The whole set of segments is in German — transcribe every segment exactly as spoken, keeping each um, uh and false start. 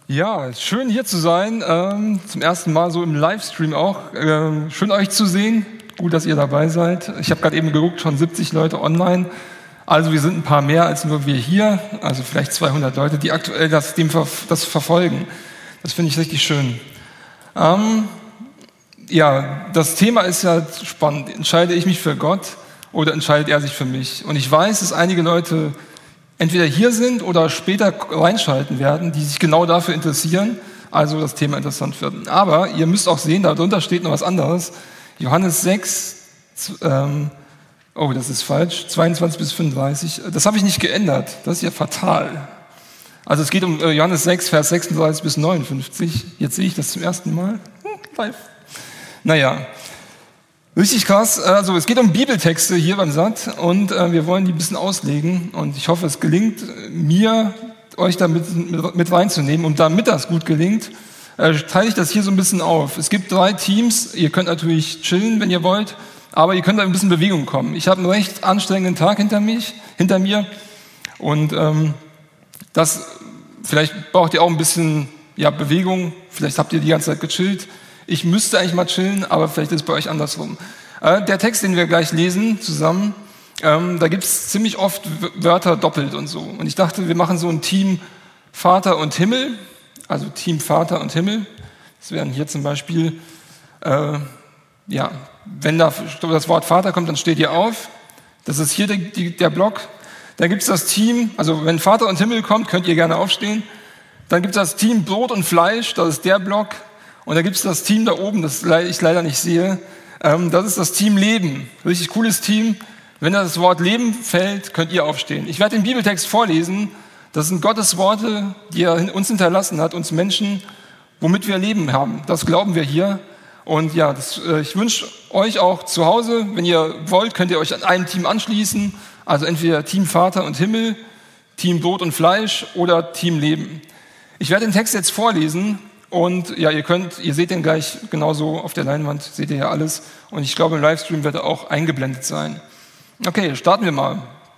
Ja, schön hier zu sein, ähm, zum ersten Mal so im Livestream auch. Ähm, schön euch zu sehen, gut, dass ihr dabei seid. Ich habe gerade eben geguckt, schon siebzig Leute online. Also wir sind ein paar mehr als nur wir hier, also vielleicht zweihundert Leute, die aktuell das, dem, das verfolgen. Das finde ich richtig schön. Ähm, ja, das Thema ist ja spannend. Entscheide ich mich für Gott oder entscheidet er sich für mich? Und ich weiß, dass einige Leute entweder hier sind oder später reinschalten werden, die sich genau dafür interessieren, also das Thema interessant wird. Aber ihr müsst auch sehen, darunter steht noch was anderes. Johannes sechs, ähm, oh, das ist falsch, zweiundzwanzig bis fünfunddreißig, das habe ich nicht geändert, das ist ja fatal. Also es geht um Johannes sechs, Vers sechsunddreißig bis neunundfünfzig, jetzt sehe ich das zum ersten Mal, hm, live. Naja, richtig krass. Also es geht um Bibeltexte hier beim Satt und äh, wir wollen die ein bisschen auslegen und ich hoffe, es gelingt mir, euch da mit, mit, mit reinzunehmen. Und damit das gut gelingt, äh, teile ich das hier so ein bisschen auf. Es gibt drei Teams. Ihr könnt natürlich chillen, wenn ihr wollt, aber ihr könnt da ein bisschen in Bewegung kommen. Ich habe einen recht anstrengenden Tag hinter mich, hinter mir und ähm, das vielleicht braucht ihr auch ein bisschen ja, Bewegung. Vielleicht habt ihr die ganze Zeit gechillt. Ich müsste eigentlich mal chillen, aber vielleicht ist es bei euch andersrum. Äh, der Text, den wir gleich lesen zusammen, ähm, da gibt es ziemlich oft Wörter doppelt und so. Und ich dachte, wir machen so ein Team Vater und Himmel, also Team Vater und Himmel. Das wären hier zum Beispiel, äh, ja, wenn da das Wort Vater kommt, dann steht ihr auf. Das ist hier der, die, der Block. Da gibt es das Team, also wenn Vater und Himmel kommt, könnt ihr gerne aufstehen. Dann gibt es das Team Brot und Fleisch, das ist der Block. Und da gibt es das Team da oben, das ich leider nicht sehe. Ähm, das ist das Team Leben. Richtig cooles Team. Wenn da das Wort Leben fällt, könnt ihr aufstehen. Ich werde den Bibeltext vorlesen. Das sind Gottes Worte, die er uns hinterlassen hat, uns Menschen, womit wir Leben haben. Das glauben wir hier. Und ja, das, äh, ich wünsche euch auch zu Hause, wenn ihr wollt, könnt ihr euch an einem Team anschließen. Also entweder Team Vater und Himmel, Team Brot und Fleisch oder Team Leben. Ich werde den Text jetzt vorlesen. Und ja, ihr könnt, ihr seht den gleich genauso auf der Leinwand, seht ihr ja alles. Und ich glaube, im Livestream wird er auch eingeblendet sein. Okay, starten wir mal.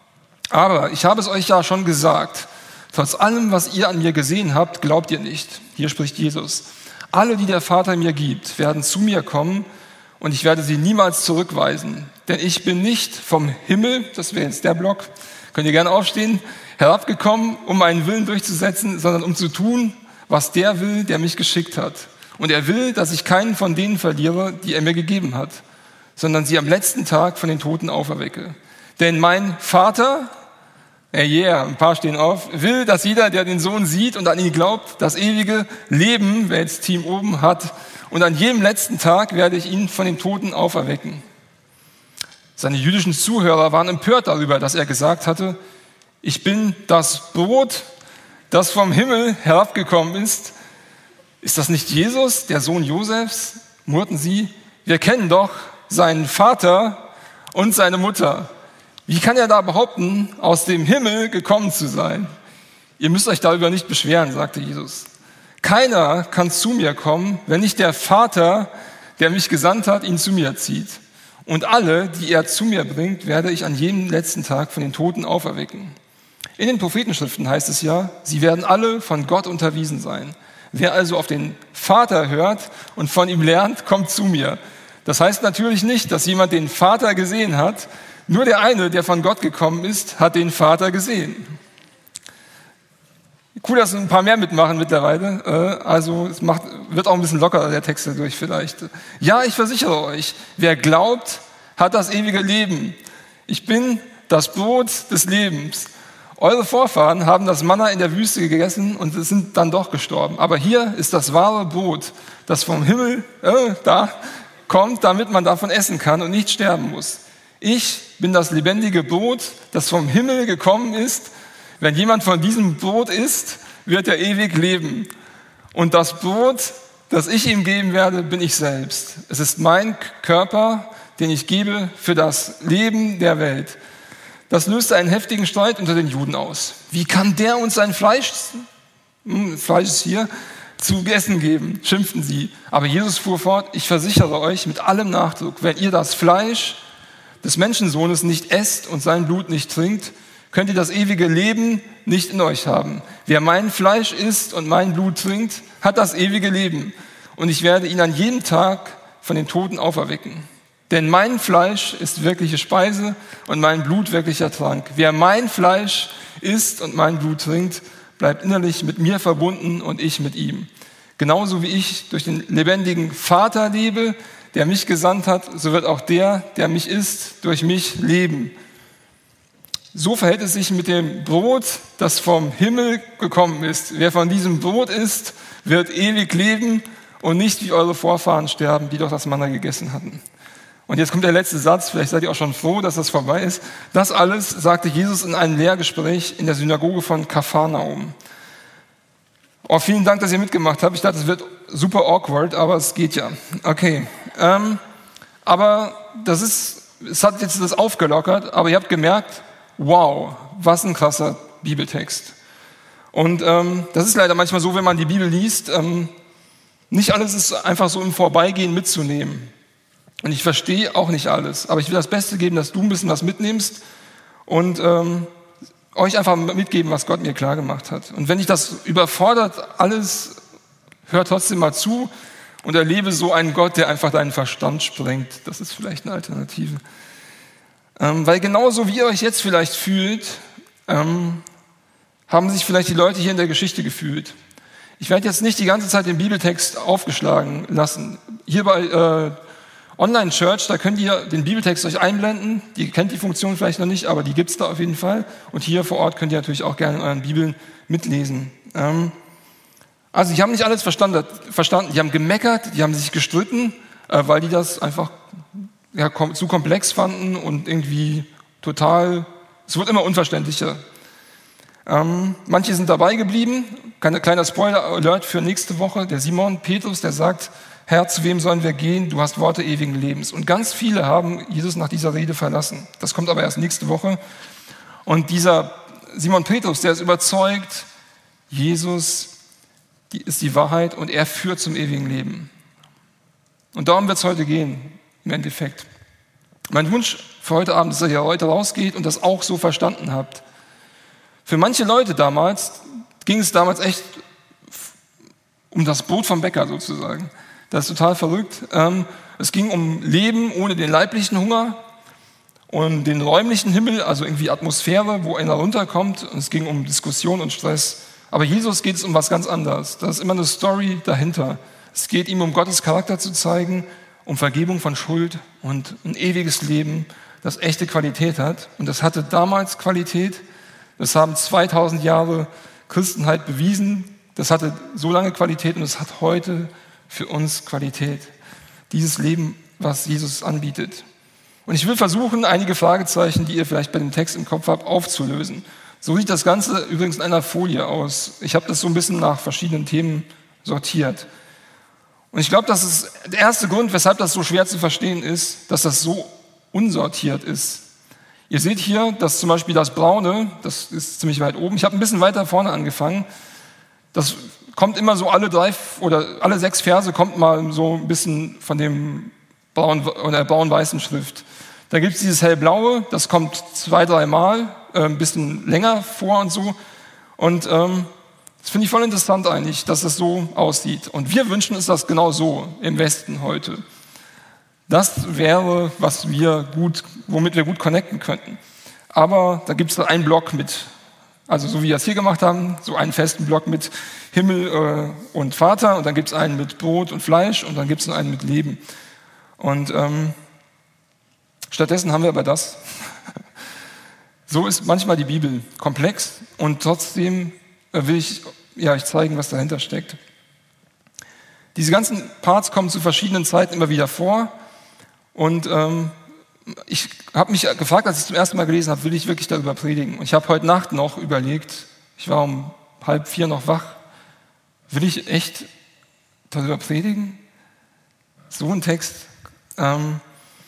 Aber ich habe es euch ja schon gesagt, trotz allem, was ihr an mir gesehen habt, glaubt ihr nicht. Hier spricht Jesus. Alle, die der Vater mir gibt, werden zu mir kommen und ich werde sie niemals zurückweisen. Denn ich bin nicht vom Himmel, das wäre jetzt der Block, könnt ihr gerne aufstehen, herabgekommen, um meinen Willen durchzusetzen, sondern um zu tun, was der will, der mich geschickt hat. Und er will, dass ich keinen von denen verliere, die er mir gegeben hat, sondern sie am letzten Tag von den Toten auferwecke. Denn mein Vater, ja, yeah, ein paar stehen auf, will, dass jeder, der den Sohn sieht und an ihn glaubt, das ewige Leben, wer jetzt Team oben hat, und an jedem letzten Tag werde ich ihn von den Toten auferwecken. Seine jüdischen Zuhörer waren empört darüber, dass er gesagt hatte, ich bin das Brot, das vom Himmel herabgekommen ist. Ist das nicht Jesus, der Sohn Josefs? Murrten sie. Wir kennen doch seinen Vater und seine Mutter. Wie kann er da behaupten, aus dem Himmel gekommen zu sein? Ihr müsst euch darüber nicht beschweren, sagte Jesus. Keiner kann zu mir kommen, wenn nicht der Vater, der mich gesandt hat, ihn zu mir zieht. Und alle, die er zu mir bringt, werde ich an jedem letzten Tag von den Toten auferwecken. In den Prophetenschriften heißt es ja, sie werden alle von Gott unterwiesen sein. Wer also auf den Vater hört und von ihm lernt, kommt zu mir. Das heißt natürlich nicht, dass jemand den Vater gesehen hat. Nur der eine, der von Gott gekommen ist, hat den Vater gesehen. Cool, dass ein paar mehr mitmachen mittlerweile. Also es macht, wird auch ein bisschen lockerer, der Text dadurch vielleicht. Ja, ich versichere euch, wer glaubt, hat das ewige Leben. Ich bin das Brot des Lebens. Eure Vorfahren haben das Manna in der Wüste gegessen und sind dann doch gestorben. Aber hier ist das wahre Brot, das vom Himmel äh, da kommt, damit man davon essen kann und nicht sterben muss. Ich bin das lebendige Brot, das vom Himmel gekommen ist. Wenn jemand von diesem Brot isst, wird er ewig leben. Und das Brot, das ich ihm geben werde, bin ich selbst. Es ist mein Körper, den ich gebe für das Leben der Welt. Das löste einen heftigen Streit unter den Juden aus. Wie kann der uns sein Fleisch, hm, Fleisch ist hier, zu essen geben? Schimpften sie. Aber Jesus fuhr fort, ich versichere euch mit allem Nachdruck, wenn ihr das Fleisch des Menschensohnes nicht esst und sein Blut nicht trinkt, könnt ihr das ewige Leben nicht in euch haben. Wer mein Fleisch isst und mein Blut trinkt, hat das ewige Leben. Und ich werde ihn an jedem Tag von den Toten auferwecken. Denn mein Fleisch ist wirkliche Speise und mein Blut wirklicher Trank. Wer mein Fleisch isst und mein Blut trinkt, bleibt innerlich mit mir verbunden und ich mit ihm. Genauso wie ich durch den lebendigen Vater lebe, der mich gesandt hat, so wird auch der, der mich isst, durch mich leben. So verhält es sich mit dem Brot, das vom Himmel gekommen ist. Wer von diesem Brot isst, wird ewig leben und nicht wie eure Vorfahren sterben, die doch das Manna gegessen hatten. Und jetzt kommt der letzte Satz, vielleicht seid ihr auch schon froh, dass das vorbei ist. Das alles sagte Jesus in einem Lehrgespräch in der Synagoge von Kapharnaum. Oh, vielen Dank, dass ihr mitgemacht habt. Ich dachte, es wird super awkward, aber es geht ja. Okay. Ähm, aber das ist, es hat jetzt das aufgelockert, aber ihr habt gemerkt, wow, was ein krasser Bibeltext. Und ähm, das ist leider manchmal so, wenn man die Bibel liest, ähm, nicht alles ist einfach so im Vorbeigehen mitzunehmen. Und ich verstehe auch nicht alles, aber ich will das Beste geben, dass du ein bisschen was mitnimmst und ähm, euch einfach mitgeben, was Gott mir klar gemacht hat. Und wenn dich das überfordert, alles, hör trotzdem mal zu und erlebe so einen Gott, der einfach deinen Verstand sprengt. Das ist vielleicht eine Alternative. Ähm, weil genauso wie ihr euch jetzt vielleicht fühlt, ähm, haben sich vielleicht die Leute hier in der Geschichte gefühlt. Ich werde jetzt nicht die ganze Zeit den Bibeltext aufgeschlagen lassen. Hier bei äh, Online Church, da könnt ihr den Bibeltext euch einblenden. Ihr kennt die Funktion vielleicht noch nicht, aber die gibt's da auf jeden Fall. Und hier vor Ort könnt ihr natürlich auch gerne in euren Bibeln mitlesen. Ähm, also die haben nicht alles verstanden, verstanden. Die haben gemeckert, die haben sich gestritten, äh, weil die das einfach ja, kom- zu komplex fanden und irgendwie total, es wird immer unverständlicher. Ähm, manche sind dabei geblieben. Kleiner, kleiner Spoiler-Alert für nächste Woche. Der Simon Petrus, der sagt, Herr, zu wem sollen wir gehen? Du hast Worte ewigen Lebens. Und ganz viele haben Jesus nach dieser Rede verlassen. Das kommt aber erst nächste Woche. Und dieser Simon Petrus, der ist überzeugt, Jesus die ist die Wahrheit und er führt zum ewigen Leben. Und darum wird es heute gehen, im Endeffekt. Mein Wunsch für heute Abend ist, dass ihr heute rausgeht und das auch so verstanden habt. Für manche Leute damals ging es damals echt um das Brot vom Bäcker sozusagen. Das ist total verrückt. Es ging um Leben ohne den leiblichen Hunger und den räumlichen Himmel, also irgendwie Atmosphäre, wo einer runterkommt. Und es ging um Diskussion und Stress. Aber Jesus geht es um was ganz anderes. Da ist immer eine Story dahinter. Es geht ihm um Gottes Charakter zu zeigen, um Vergebung von Schuld und ein ewiges Leben, das echte Qualität hat. Und das hatte damals Qualität. Das haben zweitausend Jahre Christenheit bewiesen. Das hatte so lange Qualität und es hat heute für uns Qualität. Dieses Leben, was Jesus anbietet. Und ich will versuchen, einige Fragezeichen, die ihr vielleicht bei dem Text im Kopf habt, aufzulösen. So sieht das Ganze übrigens in einer Folie aus. Ich habe das so ein bisschen nach verschiedenen Themen sortiert. Und ich glaube, das ist der erste Grund, weshalb das so schwer zu verstehen ist, dass das so unsortiert ist. Ihr seht hier, dass zum Beispiel das Braune, das ist ziemlich weit oben. Ich habe ein bisschen weiter vorne angefangen. Das kommt immer so alle drei oder alle sechs Verse kommt mal so ein bisschen von dem blauen oder braun-weißen Schrift. Da gibt es dieses hellblaue, das kommt zwei, drei Mal, äh, ein bisschen länger vor und so. Und ähm, das finde ich voll interessant eigentlich, dass das so aussieht. Und wir wünschen uns das genau so im Westen heute. Das wäre, was wir gut, womit wir gut connecten könnten. Aber da gibt es einen Block mit, also so wie wir es hier gemacht haben, so einen festen Block mit Himmel äh, und Vater und dann gibt es einen mit Brot und Fleisch und dann gibt es noch einen mit Leben. Und ähm, stattdessen haben wir aber das. So ist manchmal die Bibel komplex und trotzdem will ich ja, euch zeigen, was dahinter steckt. Diese ganzen Parts kommen zu verschiedenen Zeiten immer wieder vor und ähm, ich habe mich gefragt, als ich es zum ersten Mal gelesen habe, will ich wirklich darüber predigen? Und ich habe heute Nacht noch überlegt, ich war um halb vier noch wach, will ich echt darüber predigen? So ein Text. Ähm,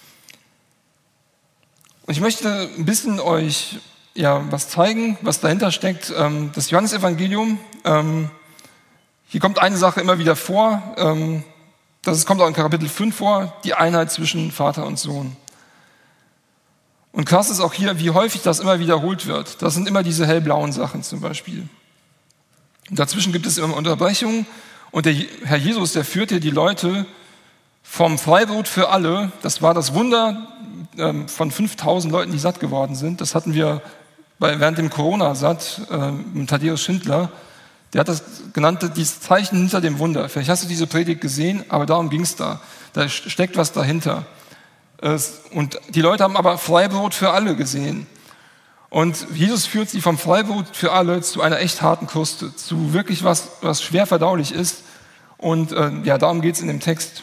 und ich möchte ein bisschen euch ja, was zeigen, was dahinter steckt. Ähm, das Johannesevangelium, ähm, hier kommt eine Sache immer wieder vor, ähm, das kommt auch in Kapitel fünf vor, die Einheit zwischen Vater und Sohn. Und krass ist auch hier, wie häufig das immer wiederholt wird. Das sind immer diese hellblauen Sachen zum Beispiel. Und dazwischen gibt es immer Unterbrechungen. Und der Herr Jesus, der führte die Leute vom Freibrot für alle. Das war das Wunder ähm, von fünftausend Leuten, die satt geworden sind. Das hatten wir bei, während dem Corona-Satt äh, mit Thaddäus Schindler. Der hat das genannt, dieses Zeichen hinter dem Wunder. Vielleicht hast du diese Predigt gesehen, aber darum ging es da. Da steckt was dahinter. Und die Leute haben aber Freibrot für alle gesehen. Und Jesus führt sie vom Freibrot für alle zu einer echt harten Kruste, zu wirklich was, was schwer verdaulich ist. Und äh, ja, darum geht es in dem Text.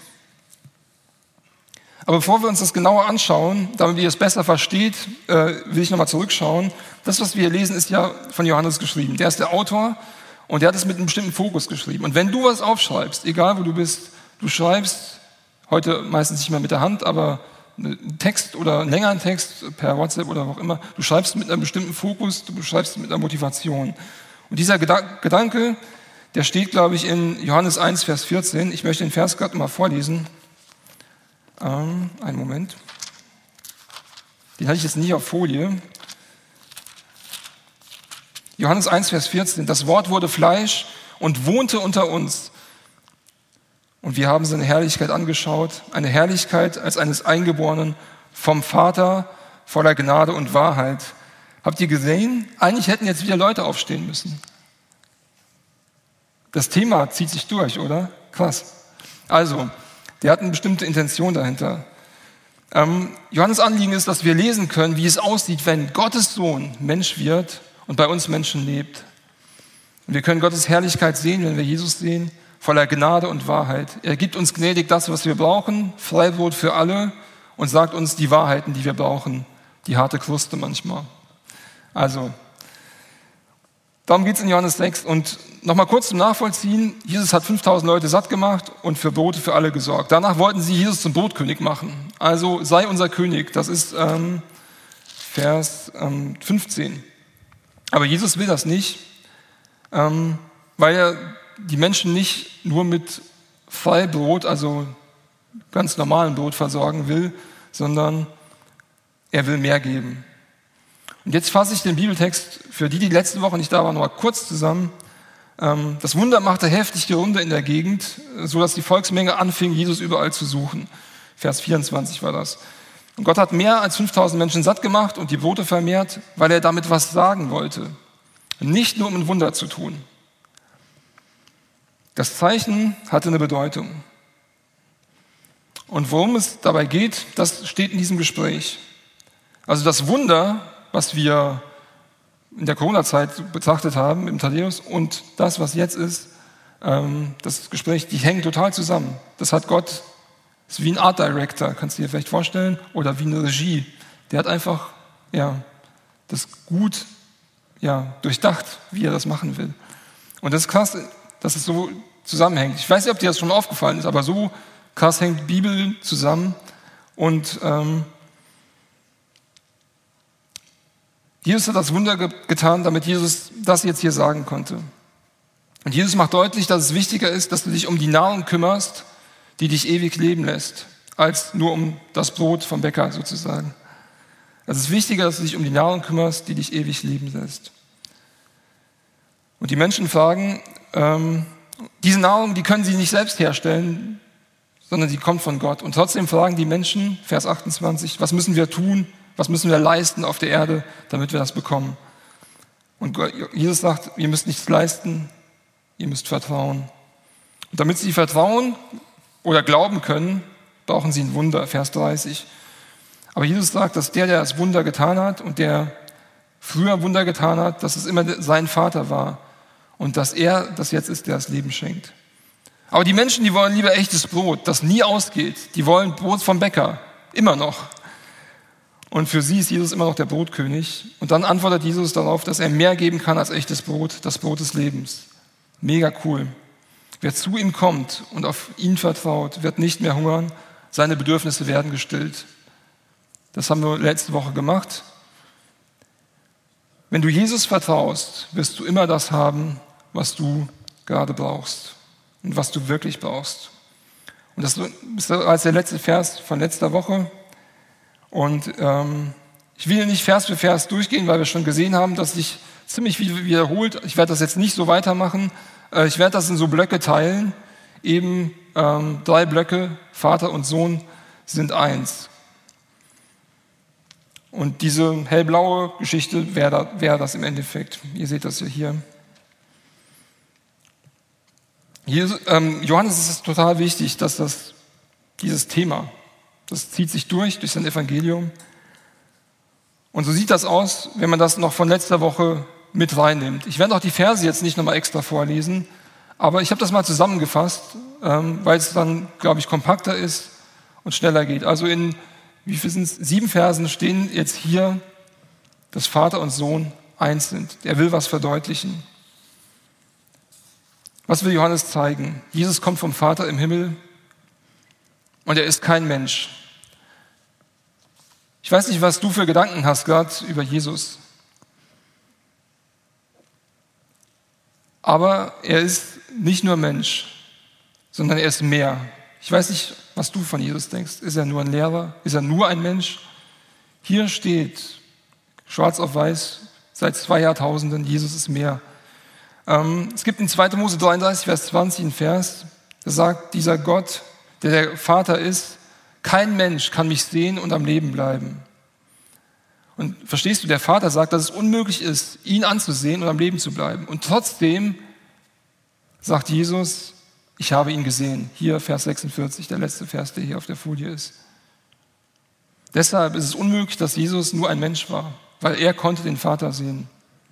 Aber bevor wir uns das genauer anschauen, damit ihr es besser versteht, äh, will ich nochmal zurückschauen. Das, was wir hier lesen, ist ja von Johannes geschrieben. Der ist der Autor und der hat es mit einem bestimmten Fokus geschrieben. Und wenn du was aufschreibst, egal wo du bist, du schreibst, heute meistens nicht mehr mit der Hand, aber einen Text oder einen längeren Text per WhatsApp oder wo auch immer, du schreibst mit einem bestimmten Fokus, du schreibst mit einer Motivation. Und dieser Gedanke, der steht, glaube ich, in Johannes eins, Vers vierzehn. Ich möchte den Vers gerade mal vorlesen. Ähm, einen Moment. Den hatte ich jetzt nicht auf Folie. Johannes eins, Vers vierzehn. Das Wort wurde Fleisch und wohnte unter uns. Und wir haben seine Herrlichkeit angeschaut, eine Herrlichkeit als eines Eingeborenen vom Vater voller Gnade und Wahrheit. Habt ihr gesehen? Eigentlich hätten jetzt wieder Leute aufstehen müssen. Das Thema zieht sich durch, oder? Krass. Also, der hat eine bestimmte Intention dahinter. Ähm, Johannes Anliegen ist, dass wir lesen können, wie es aussieht, wenn Gottes Sohn Mensch wird und bei uns Menschen lebt. Und wir können Gottes Herrlichkeit sehen, wenn wir Jesus sehen, voller Gnade und Wahrheit. Er gibt uns gnädig das, was wir brauchen, Freibrot für alle und sagt uns die Wahrheiten, die wir brauchen, die harte Kruste manchmal. Also, darum geht es in Johannes sechs. Und nochmal kurz zum Nachvollziehen. Jesus hat fünftausend Leute satt gemacht und für Brote für alle gesorgt. Danach wollten sie Jesus zum Brotkönig machen. Also sei unser König. Das ist ähm, Vers ähm, fünfzehn. Aber Jesus will das nicht, ähm, weil er die Menschen nicht nur mit Freibrot, also ganz normalem Brot versorgen will, sondern er will mehr geben. Und jetzt fasse ich den Bibeltext für die, die letzte Woche nicht da waren, noch mal kurz zusammen. Das Wunder machte heftig die Runde in der Gegend, sodass die Volksmenge anfing, Jesus überall zu suchen. Vers vierundzwanzig war das. Und Gott hat mehr als fünftausend Menschen satt gemacht und die Brote vermehrt, weil er damit was sagen wollte. Nicht nur um ein Wunder zu tun. Das Zeichen hatte eine Bedeutung. Und worum es dabei geht, das steht in diesem Gespräch. Also das Wunder, was wir in der Corona-Zeit betrachtet haben im Thaddäus und das, was jetzt ist, ähm, das Gespräch, die hängen total zusammen. Das hat Gott, das ist wie ein Art Director, kannst du dir vielleicht vorstellen, oder wie eine Regie. Der hat einfach ja, das gut ja, durchdacht, wie er das machen will. Und das ist krass, dass es so zusammenhängt. Ich weiß nicht, ob dir das schon aufgefallen ist, aber so krass hängt die Bibel zusammen. Und ähm, Jesus hat das Wunder ge- getan, damit Jesus das jetzt hier sagen konnte. Und Jesus macht deutlich, dass es wichtiger ist, dass du dich um die Nahrung kümmerst, die dich ewig leben lässt, als nur um das Brot vom Bäcker sozusagen. Also es ist wichtiger, dass du dich um die Nahrung kümmerst, die dich ewig leben lässt. Und die Menschen fragen, ähm, diese Nahrung, die können sie nicht selbst herstellen, sondern sie kommt von Gott. Und trotzdem fragen die Menschen, Vers achtundzwanzig, was müssen wir tun, was müssen wir leisten auf der Erde, damit wir das bekommen? Und Jesus sagt, ihr müsst nichts leisten, ihr müsst vertrauen. Und damit sie vertrauen oder glauben können, brauchen sie ein Wunder, Vers dreißig. Aber Jesus sagt, dass der, der das Wunder getan hat und der früher Wunder getan hat, dass es immer sein Vater war und dass er das jetzt ist, der das Leben schenkt. Aber die Menschen, die wollen lieber echtes Brot, das nie ausgeht. Die wollen Brot vom Bäcker, immer noch. Und für sie ist Jesus immer noch der Brotkönig. Und dann antwortet Jesus darauf, dass er mehr geben kann als echtes Brot, das Brot des Lebens. Mega cool. Wer zu ihm kommt und auf ihn vertraut, wird nicht mehr hungern, seine Bedürfnisse werden gestillt. Das haben wir letzte Woche gemacht. Wenn du Jesus vertraust, wirst du immer das haben, was du gerade brauchst und was du wirklich brauchst. Und das ist als der letzte Vers von letzter Woche. Und ähm, Ich will nicht Vers für Vers durchgehen, weil wir schon gesehen haben, dass sich ziemlich viel wiederholt. Ich werde das jetzt nicht so weitermachen. Ich werde das in so Blöcke teilen. Eben ähm, drei Blöcke, Vater und Sohn sind eins. Und diese hellblaue Geschichte wäre da, wär das im Endeffekt. Ihr seht das ja hier. Jesus, ähm, Johannes ist es total wichtig, dass das, dieses Thema, das zieht sich durch, durch sein Evangelium. Und so sieht das aus, wenn man das noch von letzter Woche mit reinnimmt. Ich werde auch die Verse jetzt nicht nochmal extra vorlesen, aber ich habe das mal zusammengefasst, ähm, weil es dann, glaube ich, kompakter ist und schneller geht. Also in, wie viel sind es? Sieben Versen stehen jetzt hier, dass Vater und Sohn eins sind. Er will was verdeutlichen. Was will Johannes zeigen? Jesus kommt vom Vater im Himmel und er ist kein Mensch. Ich weiß nicht, was du für Gedanken hast gerade über Jesus. Aber er ist nicht nur Mensch, sondern er ist mehr. Ich weiß nicht, was du von Jesus denkst. Ist er nur ein Lehrer? Ist er nur ein Mensch? Hier steht, schwarz auf weiß, seit zwei Jahrtausenden, Jesus ist mehr. Ähm, es gibt in zweiter Mose dreiunddreißig, Vers zwanzig einen Vers, da sagt dieser Gott, der der Vater ist, kein Mensch kann mich sehen und am Leben bleiben. Und verstehst du, der Vater sagt, dass es unmöglich ist, ihn anzusehen und am Leben zu bleiben. Und trotzdem sagt Jesus, ich habe ihn gesehen. Hier Vers sechsundvierzig, der letzte Vers, der hier auf der Folie ist. Deshalb ist es unmöglich, dass Jesus nur ein Mensch war, weil er konnte den Vater sehen.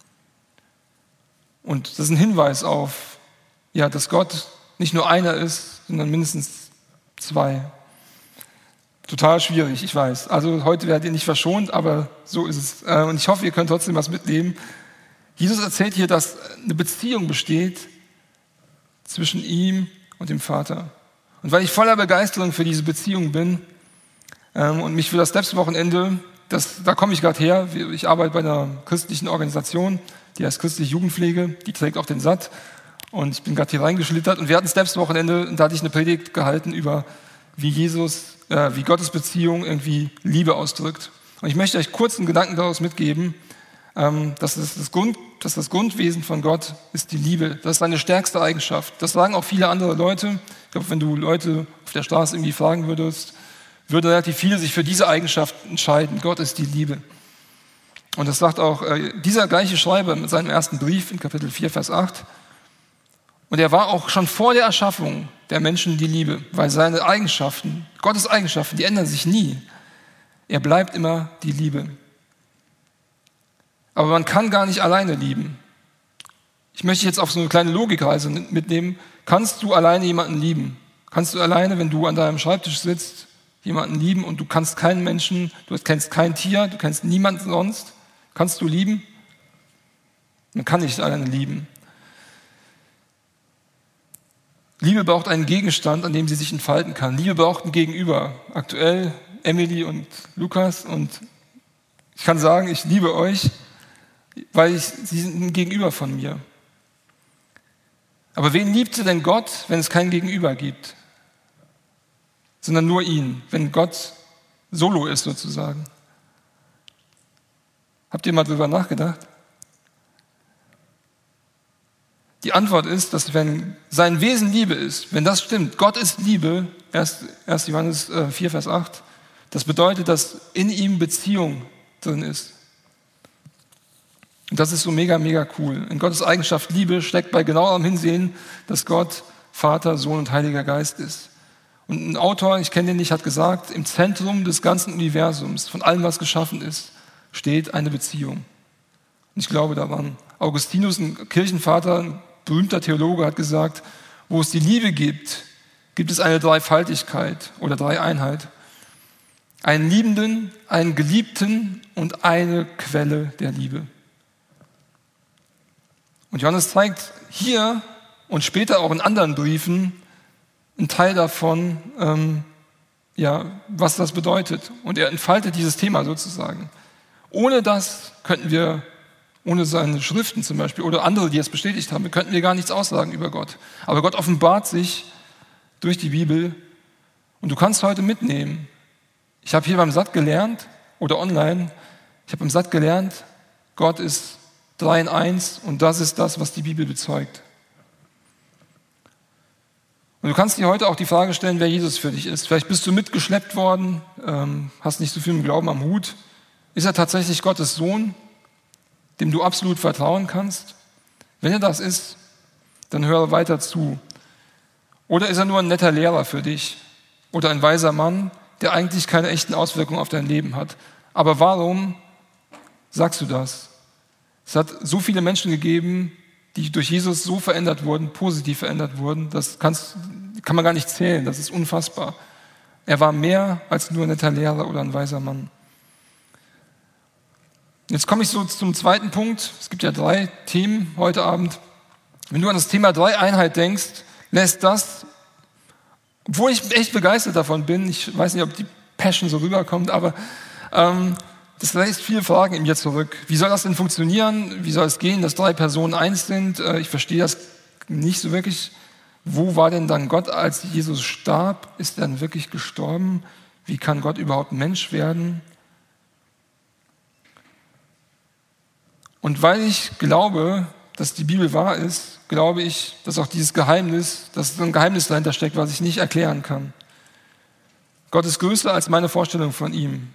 Und das ist ein Hinweis auf, ja, dass Gott nicht nur einer ist, sondern mindestens zwei. Total schwierig, ich weiß. Also heute werdet ihr nicht verschont, aber so ist es. Und ich hoffe, ihr könnt trotzdem was mitnehmen. Jesus erzählt hier, dass eine Beziehung besteht zwischen ihm und dem Vater. Und weil ich voller Begeisterung für diese Beziehung bin ähm, und mich für das Steps-Wochenende, das, da komme ich gerade her, ich arbeite bei einer christlichen Organisation, die heißt Christliche Jugendpflege, die trägt auch den S A T. Und ich bin gerade hier reingeschlittert und wir hatten Steps-Wochenende und da hatte ich eine Predigt gehalten über, wie Jesus, äh, wie Gottes Beziehung irgendwie Liebe ausdrückt. Und ich möchte euch kurz einen Gedanken daraus mitgeben, ähm, dass, das das Grund, dass das Grundwesen von Gott ist die Liebe. Das ist seine stärkste Eigenschaft. Das sagen auch viele andere Leute. Ich glaube, wenn du Leute auf der Straße irgendwie fragen würdest, würden relativ viele sich für diese Eigenschaft entscheiden. Gott ist die Liebe. Und das sagt auch äh, dieser gleiche Schreiber mit seinem ersten Brief in Kapitel vier, Vers acht. Und er war auch schon vor der Erschaffung der Menschen die Liebe, weil seine Eigenschaften, Gottes Eigenschaften, die ändern sich nie. Er bleibt immer die Liebe. Aber man kann gar nicht alleine lieben. Ich möchte jetzt auf so eine kleine Logikreise mitnehmen. Kannst du alleine jemanden lieben? Kannst du alleine, wenn du an deinem Schreibtisch sitzt, jemanden lieben und du kannst keinen Menschen, du kennst kein Tier, du kennst niemanden sonst? Kannst du lieben? Man kann nicht alleine lieben. Liebe braucht einen Gegenstand, an dem sie sich entfalten kann. Liebe braucht ein Gegenüber. Aktuell Emily und Lukas. Und ich kann sagen, ich liebe euch, weil ich, sie sind ein Gegenüber von mir. Aber wen liebte denn Gott, wenn es kein Gegenüber gibt? Sondern nur ihn, wenn Gott solo ist sozusagen. Habt ihr mal drüber nachgedacht? Die Antwort ist, dass wenn sein Wesen Liebe ist, wenn das stimmt, Gott ist Liebe, erster Johannes vier, Vers acht, das bedeutet, dass in ihm Beziehung drin ist. Und das ist so mega, mega cool. In Gottes Eigenschaft Liebe steckt bei genauerem Hinsehen, dass Gott Vater, Sohn und Heiliger Geist ist. Und ein Autor, ich kenne den nicht, hat gesagt, im Zentrum des ganzen Universums, von allem, was geschaffen ist, steht eine Beziehung. Und ich glaube daran. Augustinus, ein Kirchenvater, ein berühmter Theologe, hat gesagt, wo es die Liebe gibt, gibt es eine Dreifaltigkeit oder Dreieinheit. Einen Liebenden, einen Geliebten und eine Quelle der Liebe. Und Johannes zeigt hier und später auch in anderen Briefen einen Teil davon, ähm, ja, was das bedeutet. Und er entfaltet dieses Thema sozusagen. Ohne das könnten wir ohne seine Schriften zum Beispiel oder andere, die es bestätigt haben, könnten wir gar nichts aussagen über Gott. Aber Gott offenbart sich durch die Bibel und du kannst heute mitnehmen. Ich habe hier beim S A T gelernt oder online, Ich habe im Satt gelernt, Gott ist drei in eins und das ist das, was die Bibel bezeugt. Und du kannst dir heute auch die Frage stellen, wer Jesus für dich ist. Vielleicht bist du mitgeschleppt worden, ähm, hast nicht so viel im Glauben am Hut. Ist er tatsächlich Gottes Sohn, dem du absolut vertrauen kannst? Wenn er das ist, dann höre weiter zu. Oder ist er nur ein netter Lehrer für dich? Oder ein weiser Mann, der eigentlich keine echten Auswirkungen auf dein Leben hat? Aber warum sagst du das? Es hat so viele Menschen gegeben, die durch Jesus so verändert wurden, positiv verändert wurden, das kannst, kann man gar nicht zählen, das ist unfassbar. Er war mehr als nur ein netter Lehrer oder ein weiser Mann. Jetzt komme ich so zum zweiten Punkt. Es gibt ja drei Themen heute Abend. Wenn du an das Thema Dreieinheit denkst, lässt das, obwohl ich echt begeistert davon bin, ich weiß nicht, ob die Passion so rüberkommt, aber ähm, das lässt viele Fragen in mir zurück. Wie soll das denn funktionieren? Wie soll es gehen, dass drei Personen eins sind? Äh, ich verstehe das nicht so wirklich. Wo war denn dann Gott, als Jesus starb? Ist er dann wirklich gestorben? Wie kann Gott überhaupt Mensch werden? Und weil ich glaube, dass die Bibel wahr ist, glaube ich, dass auch dieses Geheimnis, dass so ein Geheimnis dahinter steckt, was ich nicht erklären kann. Gott ist größer als meine Vorstellung von ihm.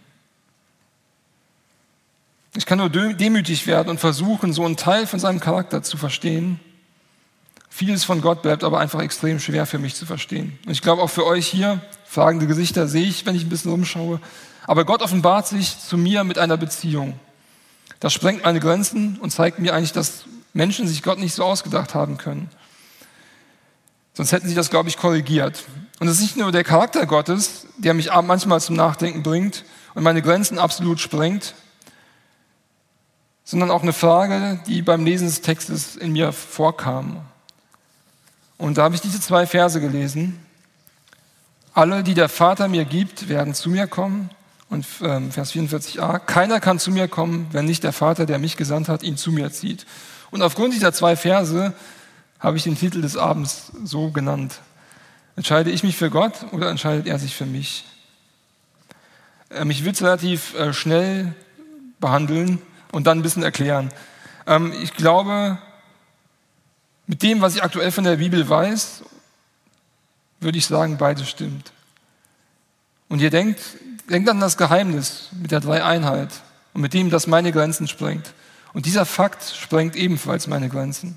Ich kann nur demütig werden und versuchen, so einen Teil von seinem Charakter zu verstehen. Vieles von Gott bleibt aber einfach extrem schwer für mich zu verstehen. Und ich glaube auch für euch hier, fragende Gesichter sehe ich, wenn ich ein bisschen rumschaue. Aber Gott offenbart sich zu mir mit einer Beziehung. Das sprengt meine Grenzen und zeigt mir eigentlich, dass Menschen sich Gott nicht so ausgedacht haben können. Sonst hätten sie das, glaube ich, korrigiert. Und es ist nicht nur der Charakter Gottes, der mich manchmal zum Nachdenken bringt und meine Grenzen absolut sprengt, sondern auch eine Frage, die beim Lesen des Textes in mir vorkam. Und da habe ich diese zwei Verse gelesen. Alle, die der Vater mir gibt, werden zu mir kommen. Und ähm, Vers vierundvierzig a, keiner kann zu mir kommen, wenn nicht der Vater, der mich gesandt hat, ihn zu mir zieht. Und aufgrund dieser zwei Verse habe ich den Titel des Abends so genannt. Entscheide ich mich für Gott oder entscheidet er sich für mich? Ähm, ich will es relativ äh, schnell behandeln und dann ein bisschen erklären. Ähm, ich glaube, mit dem, was ich aktuell von der Bibel weiß, würde ich sagen, beides stimmt. Und ihr denkt, denkt an das Geheimnis mit der Dreieinheit und mit dem, das meine Grenzen sprengt. Und dieser Fakt sprengt ebenfalls meine Grenzen.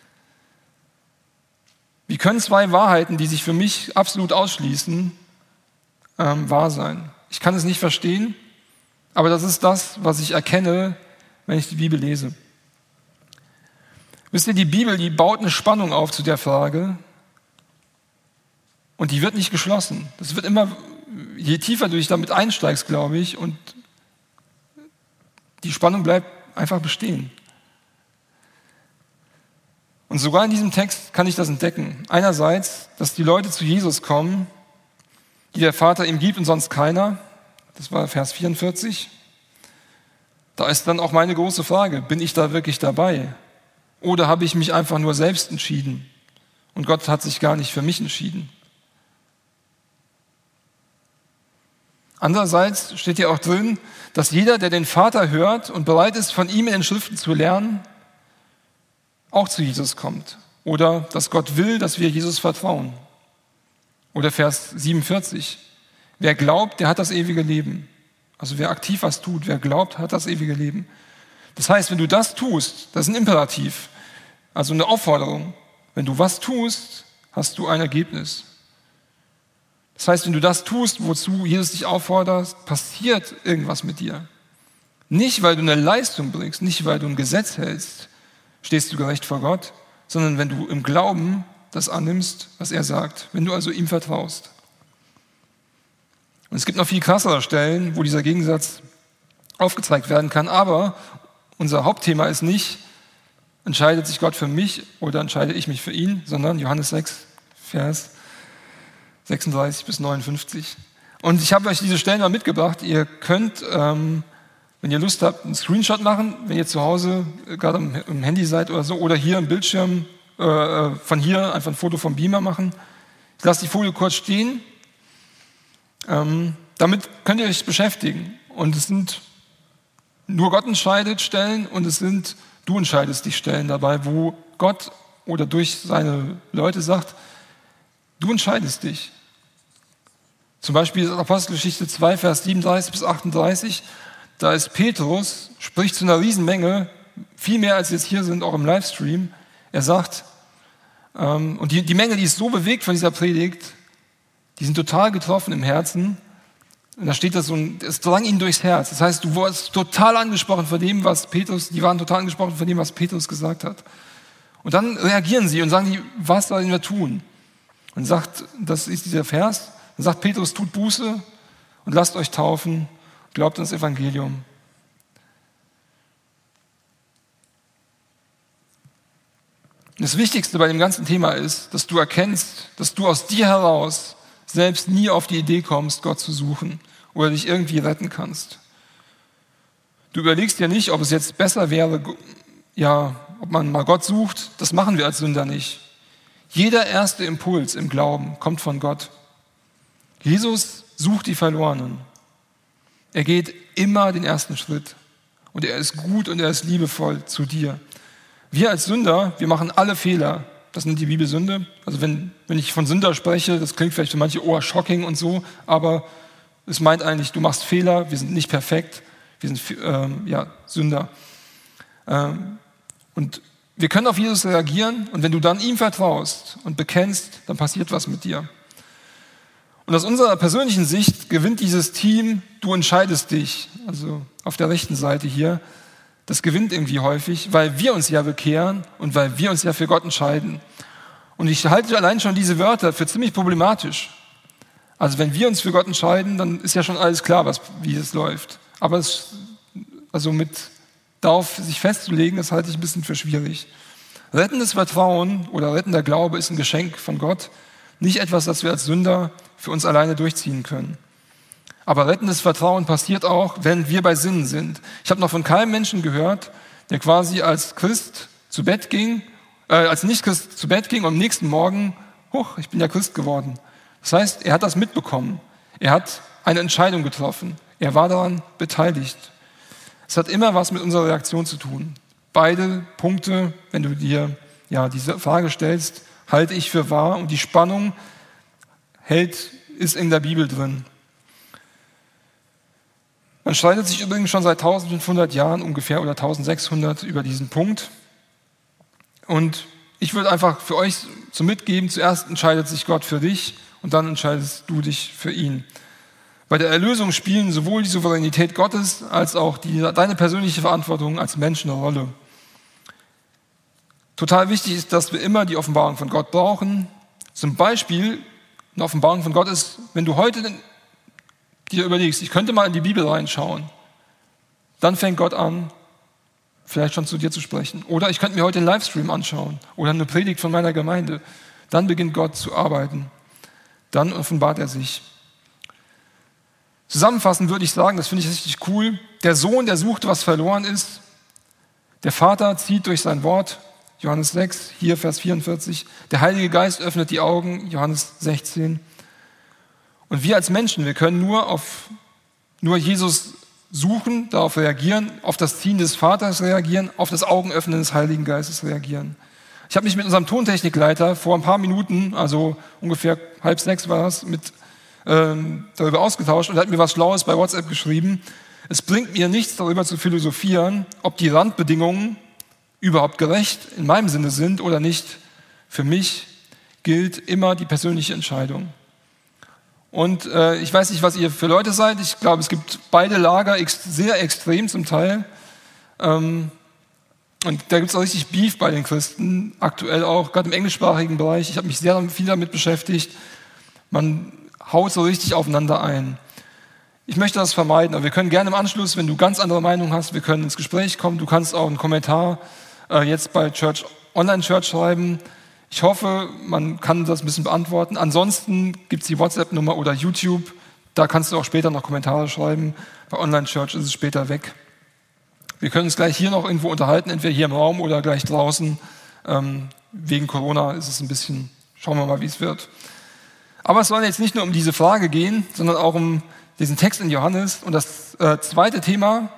Wie können zwei Wahrheiten, die sich für mich absolut ausschließen, ähm, wahr sein? Ich kann es nicht verstehen, aber das ist das, was ich erkenne, wenn ich die Bibel lese. Wisst ihr, die Bibel, die baut eine Spannung auf zu der Frage und die wird nicht geschlossen. Das wird immer, je tiefer du dich damit einsteigst, glaube ich, und die Spannung bleibt einfach bestehen. Und sogar in diesem Text kann ich das entdecken. Einerseits, dass die Leute zu Jesus kommen, die der Vater ihm gibt und sonst keiner. Das war Vers vierundvierzig. Da ist dann auch meine große Frage, bin ich da wirklich dabei? Oder habe ich mich einfach nur selbst entschieden und Gott hat sich gar nicht für mich entschieden? Andererseits steht hier auch drin, dass jeder, der den Vater hört und bereit ist, von ihm in den Schriften zu lernen, auch zu Jesus kommt. Oder dass Gott will, dass wir Jesus vertrauen. Oder Vers siebenundvierzig. Wer glaubt, der hat das ewige Leben. Also wer aktiv was tut, wer glaubt, hat das ewige Leben. Das heißt, wenn du das tust, das ist ein Imperativ, also eine Aufforderung. Wenn du was tust, hast du ein Ergebnis. Das heißt, wenn du das tust, wozu Jesus dich auffordert, passiert irgendwas mit dir. Nicht, weil du eine Leistung bringst, nicht, weil du ein Gesetz hältst, stehst du gerecht vor Gott, sondern wenn du im Glauben das annimmst, was er sagt, wenn du also ihm vertraust. Und es gibt noch viel krassere Stellen, wo dieser Gegensatz aufgezeigt werden kann, aber unser Hauptthema ist nicht, entscheidet sich Gott für mich oder entscheide ich mich für ihn, sondern Johannes sechs, Vers sechsunddreißig bis neunundfünfzig. Und ich habe euch diese Stellen mal mitgebracht. Ihr könnt, ähm, wenn ihr Lust habt, einen Screenshot machen, wenn ihr zu Hause äh, gerade im, im Handy seid oder so, oder hier im Bildschirm äh, von hier einfach ein Foto vom Beamer machen. Ich lasse die Folie kurz stehen. Ähm, damit könnt ihr euch beschäftigen. Und es sind nur Gott entscheidet Stellen und es sind du entscheidest dich Stellen dabei, wo Gott oder durch seine Leute sagt, du entscheidest dich. Zum Beispiel Apostelgeschichte zwei, Vers siebenunddreißig bis achtunddreißig, da ist Petrus, spricht zu einer Riesenmenge, viel mehr als jetzt hier sind, auch im Livestream. Er sagt, ähm, und die, die Menge, die ist so bewegt von dieser Predigt, die sind total getroffen im Herzen. Und da steht das so, es drang ihnen durchs Herz. Das heißt, du wurdest total angesprochen von dem, was Petrus, die waren total angesprochen von dem, was Petrus gesagt hat. Und dann reagieren sie und sagen die, was sollen wir tun? Und sagt, das ist dieser Vers, dann sagt Petrus, tut Buße und lasst euch taufen, glaubt an das Evangelium. Das Wichtigste bei dem ganzen Thema ist, dass du erkennst, dass du aus dir heraus selbst nie auf die Idee kommst, Gott zu suchen oder dich irgendwie retten kannst. Du überlegst dir nicht, ob es jetzt besser wäre, ja, ob man mal Gott sucht. Das machen wir als Sünder nicht. Jeder erste Impuls im Glauben kommt von Gott. Jesus sucht die Verlorenen. Er geht immer den ersten Schritt. Und er ist gut und er ist liebevoll zu dir. Wir als Sünder, wir machen alle Fehler. Das nennt die Bibel Sünde. Also wenn, wenn ich von Sünder spreche, das klingt vielleicht für manche oh, shocking und so, aber es meint eigentlich, du machst Fehler, wir sind nicht perfekt, wir sind ähm, ja, Sünder. Ähm, und wir können auf Jesus reagieren und wenn du dann ihm vertraust und bekennst, dann passiert was mit dir. Und aus unserer persönlichen Sicht gewinnt dieses Team, du entscheidest dich, also auf der rechten Seite hier, das gewinnt irgendwie häufig, weil wir uns ja bekehren und weil wir uns ja für Gott entscheiden. Und ich halte allein schon diese Wörter für ziemlich problematisch. Also wenn wir uns für Gott entscheiden, dann ist ja schon alles klar, was, wie es läuft. Aber es, also mit darauf sich festzulegen, das halte ich ein bisschen für schwierig. Rettendes Vertrauen oder rettender Glaube ist ein Geschenk von Gott, nicht etwas, das wir als Sünder für uns alleine durchziehen können. Aber rettendes Vertrauen passiert auch, wenn wir bei Sinnen sind. Ich habe noch von keinem Menschen gehört, der quasi als Christ zu Bett ging, äh, als Nicht-Christ zu Bett ging und am nächsten Morgen, huch, ich bin ja Christ geworden. Das heißt, er hat das mitbekommen. Er hat eine Entscheidung getroffen. Er war daran beteiligt. Es hat immer was mit unserer Reaktion zu tun. Beide Punkte, wenn du dir ja, diese Frage stellst, halte ich für wahr und die Spannung hält, ist in der Bibel drin. Man streitet sich übrigens schon seit eintausendfünfhundert Jahren ungefähr oder eintausendsechshundert über diesen Punkt. Und ich würde einfach für euch so mitgeben, zuerst entscheidet sich Gott für dich und dann entscheidest du dich für ihn. Bei der Erlösung spielen sowohl die Souveränität Gottes als auch die, deine persönliche Verantwortung als Mensch eine Rolle. Total wichtig ist, dass wir immer die Offenbarung von Gott brauchen. Zum Beispiel eine Offenbarung von Gott ist, wenn du heute dir überlegst, ich könnte mal in die Bibel reinschauen, dann fängt Gott an, vielleicht schon zu dir zu sprechen. Oder ich könnte mir heute einen Livestream anschauen oder eine Predigt von meiner Gemeinde. Dann beginnt Gott zu arbeiten. Dann offenbart er sich. Zusammenfassend würde ich sagen, das finde ich richtig cool, der Sohn, der sucht, was verloren ist. Der Vater zieht durch sein Wort, Johannes sechs, hier Vers vierundvierzig. Der Heilige Geist öffnet die Augen, Johannes sechzehn. Und wir als Menschen, wir können nur auf nur Jesus suchen, darauf reagieren, auf das Ziehen des Vaters reagieren, auf das Augenöffnen des Heiligen Geistes reagieren. Ich habe mich mit unserem Tontechnikleiter vor ein paar Minuten, also ungefähr halb sechs war das, mit, ähm, darüber ausgetauscht und er hat mir was Schlaues bei WhatsApp geschrieben. Es bringt mir nichts, darüber zu philosophieren, ob die Randbedingungen überhaupt gerecht in meinem Sinne sind oder nicht. Für mich gilt immer die persönliche Entscheidung. Und äh, ich weiß nicht, was ihr für Leute seid. Ich glaube, es gibt beide Lager, ex- sehr extrem zum Teil. Ähm, und da gibt es auch richtig Beef bei den Christen, aktuell auch, gerade im englischsprachigen Bereich. Ich habe mich sehr viel damit beschäftigt. Man haut so richtig aufeinander ein. Ich möchte das vermeiden, aber wir können gerne im Anschluss, wenn du ganz andere Meinung hast, wir können ins Gespräch kommen. Du kannst auch einen Kommentar äh, jetzt bei Church, Online Church schreiben. Ich hoffe, man kann das ein bisschen beantworten. Ansonsten gibt es die WhatsApp-Nummer oder YouTube. Da kannst du auch später noch Kommentare schreiben. Bei Online Church ist es später weg. Wir können uns gleich hier noch irgendwo unterhalten, entweder hier im Raum oder gleich draußen. Ähm, wegen Corona ist es ein bisschen, schauen wir mal, wie es wird. Aber es soll jetzt nicht nur um diese Frage gehen, sondern auch um diesen Text in Johannes. Und das äh, zweite Thema,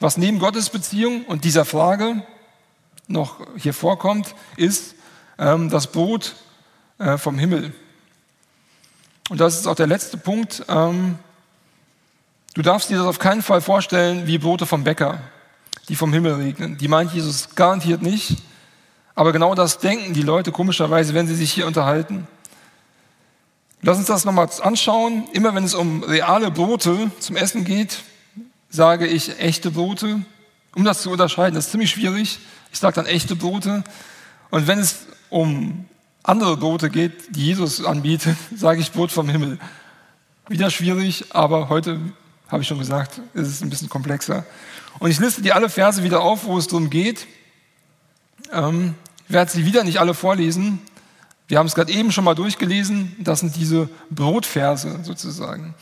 Was neben Gottes Beziehung und dieser Frage noch hier vorkommt, ist ähm, das Brot äh, vom Himmel. Und das ist auch der letzte Punkt. Ähm, du darfst dir das auf keinen Fall vorstellen wie Brote vom Bäcker, die vom Himmel regnen. Die meint Jesus garantiert nicht. Aber genau das denken die Leute komischerweise, wenn sie sich hier unterhalten. Lass uns das nochmal anschauen. Immer wenn es um reale Brote zum Essen geht, sage ich echte Brote. Um das zu unterscheiden, das ist ziemlich schwierig. Ich sage dann echte Brote. Und wenn es um andere Brote geht, die Jesus anbietet, sage ich Brot vom Himmel. Wieder schwierig, aber heute, habe ich schon gesagt, ist es ein bisschen komplexer. Und ich liste dir alle Verse wieder auf, wo es darum geht. Ähm, ich werde sie wieder nicht alle vorlesen. Wir haben es gerade eben schon mal durchgelesen. Das sind diese Brotverse sozusagen.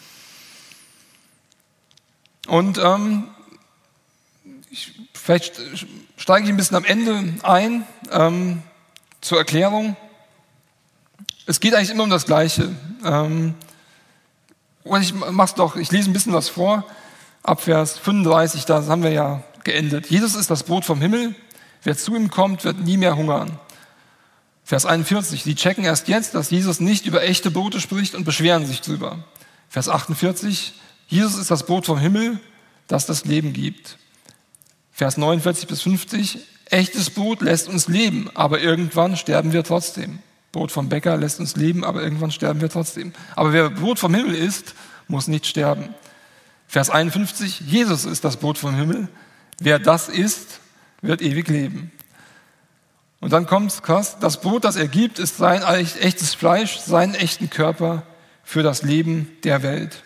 Und ähm, ich, vielleicht steige ich ein bisschen am Ende ein ähm, zur Erklärung. Es geht eigentlich immer um das Gleiche. Ähm, und ich mach's doch, ich lese ein bisschen was vor. Ab Vers fünfunddreißig, da haben wir ja geendet. Jesus ist das Brot vom Himmel. Wer zu ihm kommt, wird nie mehr hungern. Vers einundvierzig, sie checken erst jetzt, dass Jesus nicht über echte Brote spricht und beschweren sich drüber. Vers achtundvierzig, Jesus ist das Brot vom Himmel, das das Leben gibt. Vers neunundvierzig bis fünfzig, echtes Brot lässt uns leben, aber irgendwann sterben wir trotzdem. Brot vom Bäcker lässt uns leben, aber irgendwann sterben wir trotzdem. Aber wer Brot vom Himmel isst, muss nicht sterben. Vers einundfünfzig, Jesus ist das Brot vom Himmel. Wer das isst, wird ewig leben. Und dann kommt's krass, das Brot, das er gibt, ist sein echtes Fleisch, seinen echten Körper für das Leben der Welt.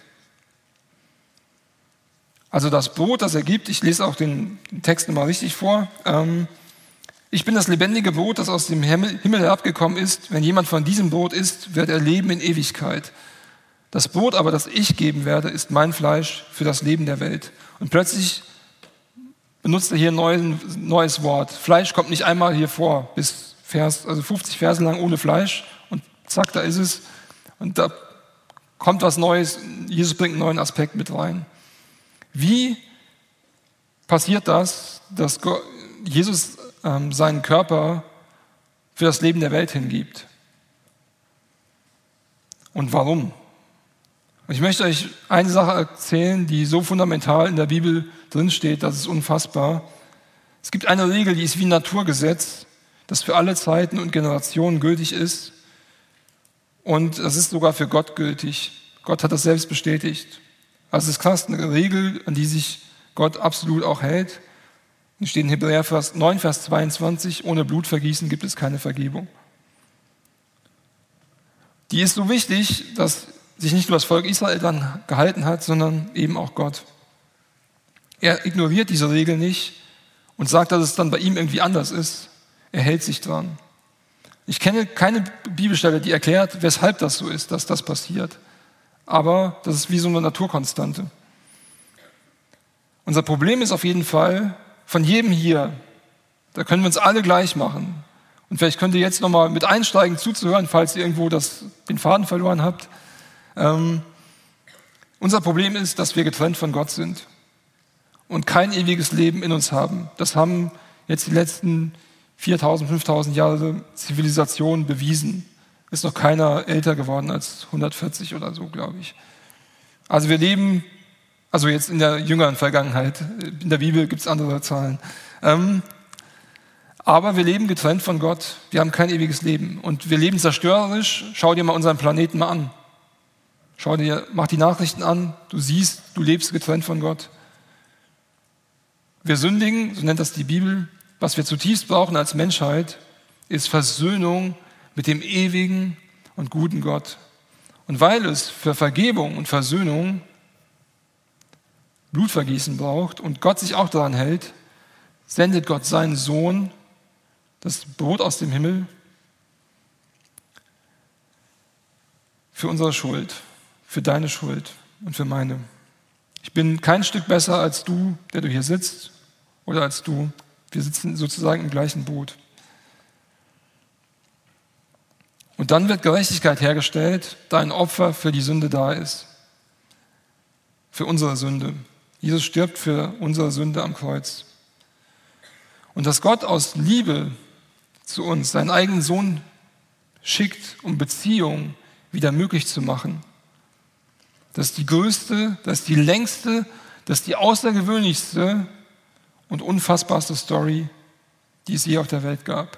Also das Brot, das er gibt, ich lese auch den Text nochmal richtig vor. Ähm, ich bin das lebendige Brot, das aus dem Himmel, Himmel herabgekommen ist. Wenn jemand von diesem Brot isst, wird er leben in Ewigkeit. Das Brot aber, das ich geben werde, ist mein Fleisch für das Leben der Welt. Und plötzlich benutzt er hier ein neues, neues Wort. Fleisch kommt nicht einmal hier vor, bis Vers, also fünfzig Verse lang ohne Fleisch. Und zack, da ist es. Und da kommt was Neues. Jesus bringt einen neuen Aspekt mit rein. Wie passiert das, dass Jesus ähm, seinen Körper für das Leben der Welt hingibt? Und warum? Und ich möchte euch eine Sache erzählen, die so fundamental in der Bibel drinsteht, das ist unfassbar. Es gibt eine Regel, die ist wie ein Naturgesetz, das für alle Zeiten und Generationen gültig ist. Und das ist sogar für Gott gültig. Gott hat das selbst bestätigt. Also es ist krass, eine Regel, an die sich Gott absolut auch hält. Es steht in Hebräer neun, Vers zweiundzwanzig, ohne Blutvergießen gibt es keine Vergebung. Die ist so wichtig, dass sich nicht nur das Volk Israel dann gehalten hat, sondern eben auch Gott. Er ignoriert diese Regel nicht und sagt, dass es dann bei ihm irgendwie anders ist. Er hält sich dran. Ich kenne keine Bibelstelle, die erklärt, weshalb das so ist, dass das passiert. Aber das ist wie so eine Naturkonstante. Unser Problem ist auf jeden Fall, von jedem hier, da können wir uns alle gleich machen. Und vielleicht könnt ihr jetzt nochmal mit einsteigen, zuzuhören, falls ihr irgendwo das, den Faden verloren habt. Ähm, unser Problem ist, dass wir getrennt von Gott sind und kein ewiges Leben in uns haben. Das haben jetzt die letzten viertausend, fünftausend Jahre Zivilisation bewiesen. Ist noch keiner älter geworden als hundertvierzig oder so, glaube ich. Also wir leben, also jetzt in der jüngeren Vergangenheit, in der Bibel gibt es andere Zahlen. Ähm, aber wir leben getrennt von Gott, wir haben kein ewiges Leben und wir leben zerstörerisch. Schau dir mal unseren Planeten mal an. Schau dir, mach die Nachrichten an, du siehst, du lebst getrennt von Gott. Wir sündigen, so nennt das die Bibel. Was wir zutiefst brauchen als Menschheit, ist Versöhnung mit dem ewigen und guten Gott. Und weil es für Vergebung und Versöhnung Blutvergießen braucht und Gott sich auch daran hält, sendet Gott seinen Sohn, das Brot aus dem Himmel, für unsere Schuld, für deine Schuld und für meine. Ich bin kein Stück besser als du, der du hier sitzt, oder als du. Wir sitzen sozusagen im gleichen Boot. Und dann wird Gerechtigkeit hergestellt, da ein Opfer für die Sünde da ist. Für unsere Sünde. Jesus stirbt für unsere Sünde am Kreuz. Und dass Gott aus Liebe zu uns seinen eigenen Sohn schickt, um Beziehung wieder möglich zu machen, das ist die größte, das ist die längste, das ist die außergewöhnlichste und unfassbarste Story, die es je auf der Welt gab.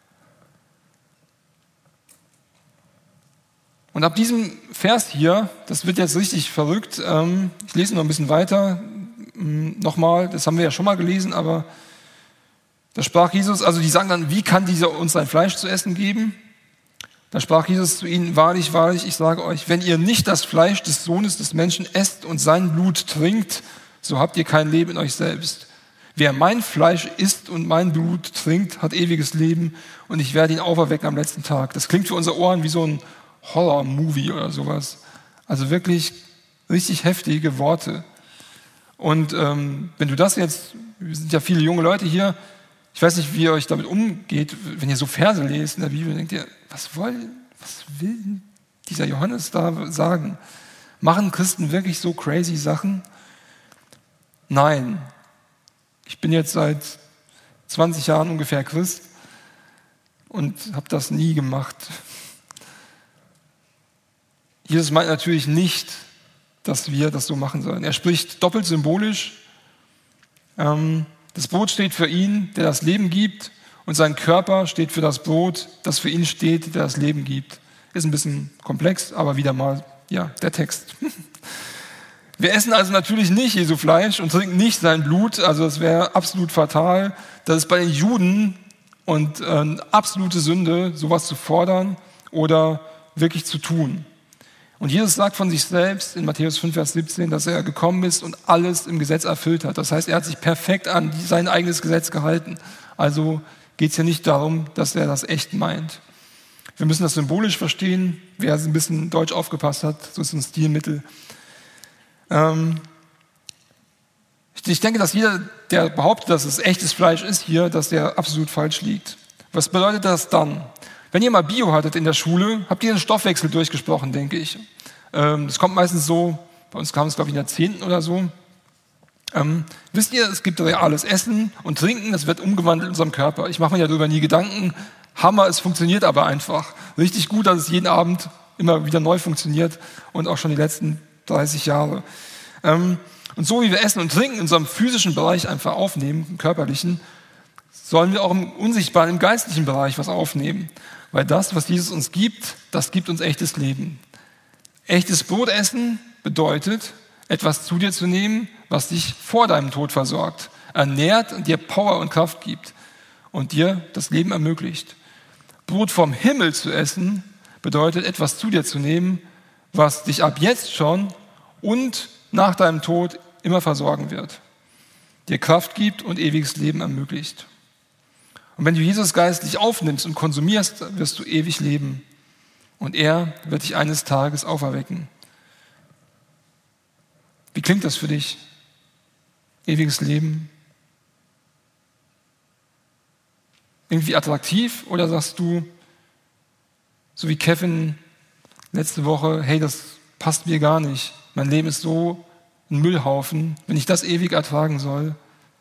Und ab diesem Vers hier, das wird jetzt richtig verrückt, ähm, ich lese noch ein bisschen weiter, ähm, nochmal, das haben wir ja schon mal gelesen, aber da sprach Jesus, also die sagen dann, wie kann dieser uns sein Fleisch zu essen geben? Da sprach Jesus zu ihnen, wahrlich, wahrlich, ich sage euch, wenn ihr nicht das Fleisch des Sohnes des Menschen esst und sein Blut trinkt, so habt ihr kein Leben in euch selbst. Wer mein Fleisch isst und mein Blut trinkt, hat ewiges Leben und ich werde ihn auferwecken am letzten Tag. Das klingt für unsere Ohren wie so ein Horror-Movie oder sowas. Also wirklich richtig heftige Worte. Und ähm, wenn du das jetzt, wir sind ja viele junge Leute hier, ich weiß nicht, wie ihr euch damit umgeht, wenn ihr so Verse lest in der Bibel, denkt ihr, was, woll, was will dieser Johannes da sagen? Machen Christen wirklich so crazy Sachen? Nein. Ich bin jetzt seit zwanzig Jahren ungefähr Christ und habe das nie gemacht. Jesus meint natürlich nicht, dass wir das so machen sollen. Er spricht doppelt symbolisch. Ähm, das Brot steht für ihn, der das Leben gibt, und sein Körper steht für das Brot, das für ihn steht, der das Leben gibt. Ist ein bisschen komplex, aber wieder mal, ja, der Text. Wir essen also natürlich nicht Jesu Fleisch und trinken nicht sein Blut, also das wäre absolut fatal. Das ist bei den Juden und äh, absolute Sünde, sowas zu fordern oder wirklich zu tun. Und Jesus sagt von sich selbst in Matthäus fünf, Vers siebzehn, dass er gekommen ist und alles im Gesetz erfüllt hat. Das heißt, er hat sich perfekt an sein eigenes Gesetz gehalten. Also geht es ja nicht darum, dass er das echt meint. Wir müssen das symbolisch verstehen. Wer ein bisschen deutsch aufgepasst hat, so ist ein Stilmittel. Ähm ich denke, dass jeder, der behauptet, dass es echtes Fleisch ist hier, dass der absolut falsch liegt. Was bedeutet das dann? Wenn ihr mal Bio hattet in der Schule, habt ihr den Stoffwechsel durchgesprochen, denke ich. Ähm, das kommt meistens so, bei uns kam es glaube ich in der zehnten oder so. Ähm, wisst ihr, es gibt reales Essen und Trinken, das wird umgewandelt in unserem Körper. Ich mache mir ja darüber nie Gedanken. Hammer, es funktioniert aber einfach. Richtig gut, dass es jeden Abend immer wieder neu funktioniert und auch schon die letzten dreißig Jahre. Ähm, und so wie wir Essen und Trinken in unserem physischen Bereich einfach aufnehmen, im körperlichen, sollen wir auch im unsichtbaren, im geistlichen Bereich was aufnehmen. Weil das, was Jesus uns gibt, das gibt uns echtes Leben. Echtes Brot essen bedeutet, etwas zu dir zu nehmen, was dich vor deinem Tod versorgt, ernährt und dir Power und Kraft gibt und dir das Leben ermöglicht. Brot vom Himmel zu essen bedeutet, etwas zu dir zu nehmen, was dich ab jetzt schon und nach deinem Tod immer versorgen wird, dir Kraft gibt und ewiges Leben ermöglicht. Und wenn du Jesus geistlich aufnimmst und konsumierst, wirst du ewig leben. Und er wird dich eines Tages auferwecken. Wie klingt das für dich? Ewiges Leben? Irgendwie attraktiv? Oder sagst du, so wie Kevin letzte Woche, hey, das passt mir gar nicht. Mein Leben ist so ein Müllhaufen. Wenn ich das ewig ertragen soll,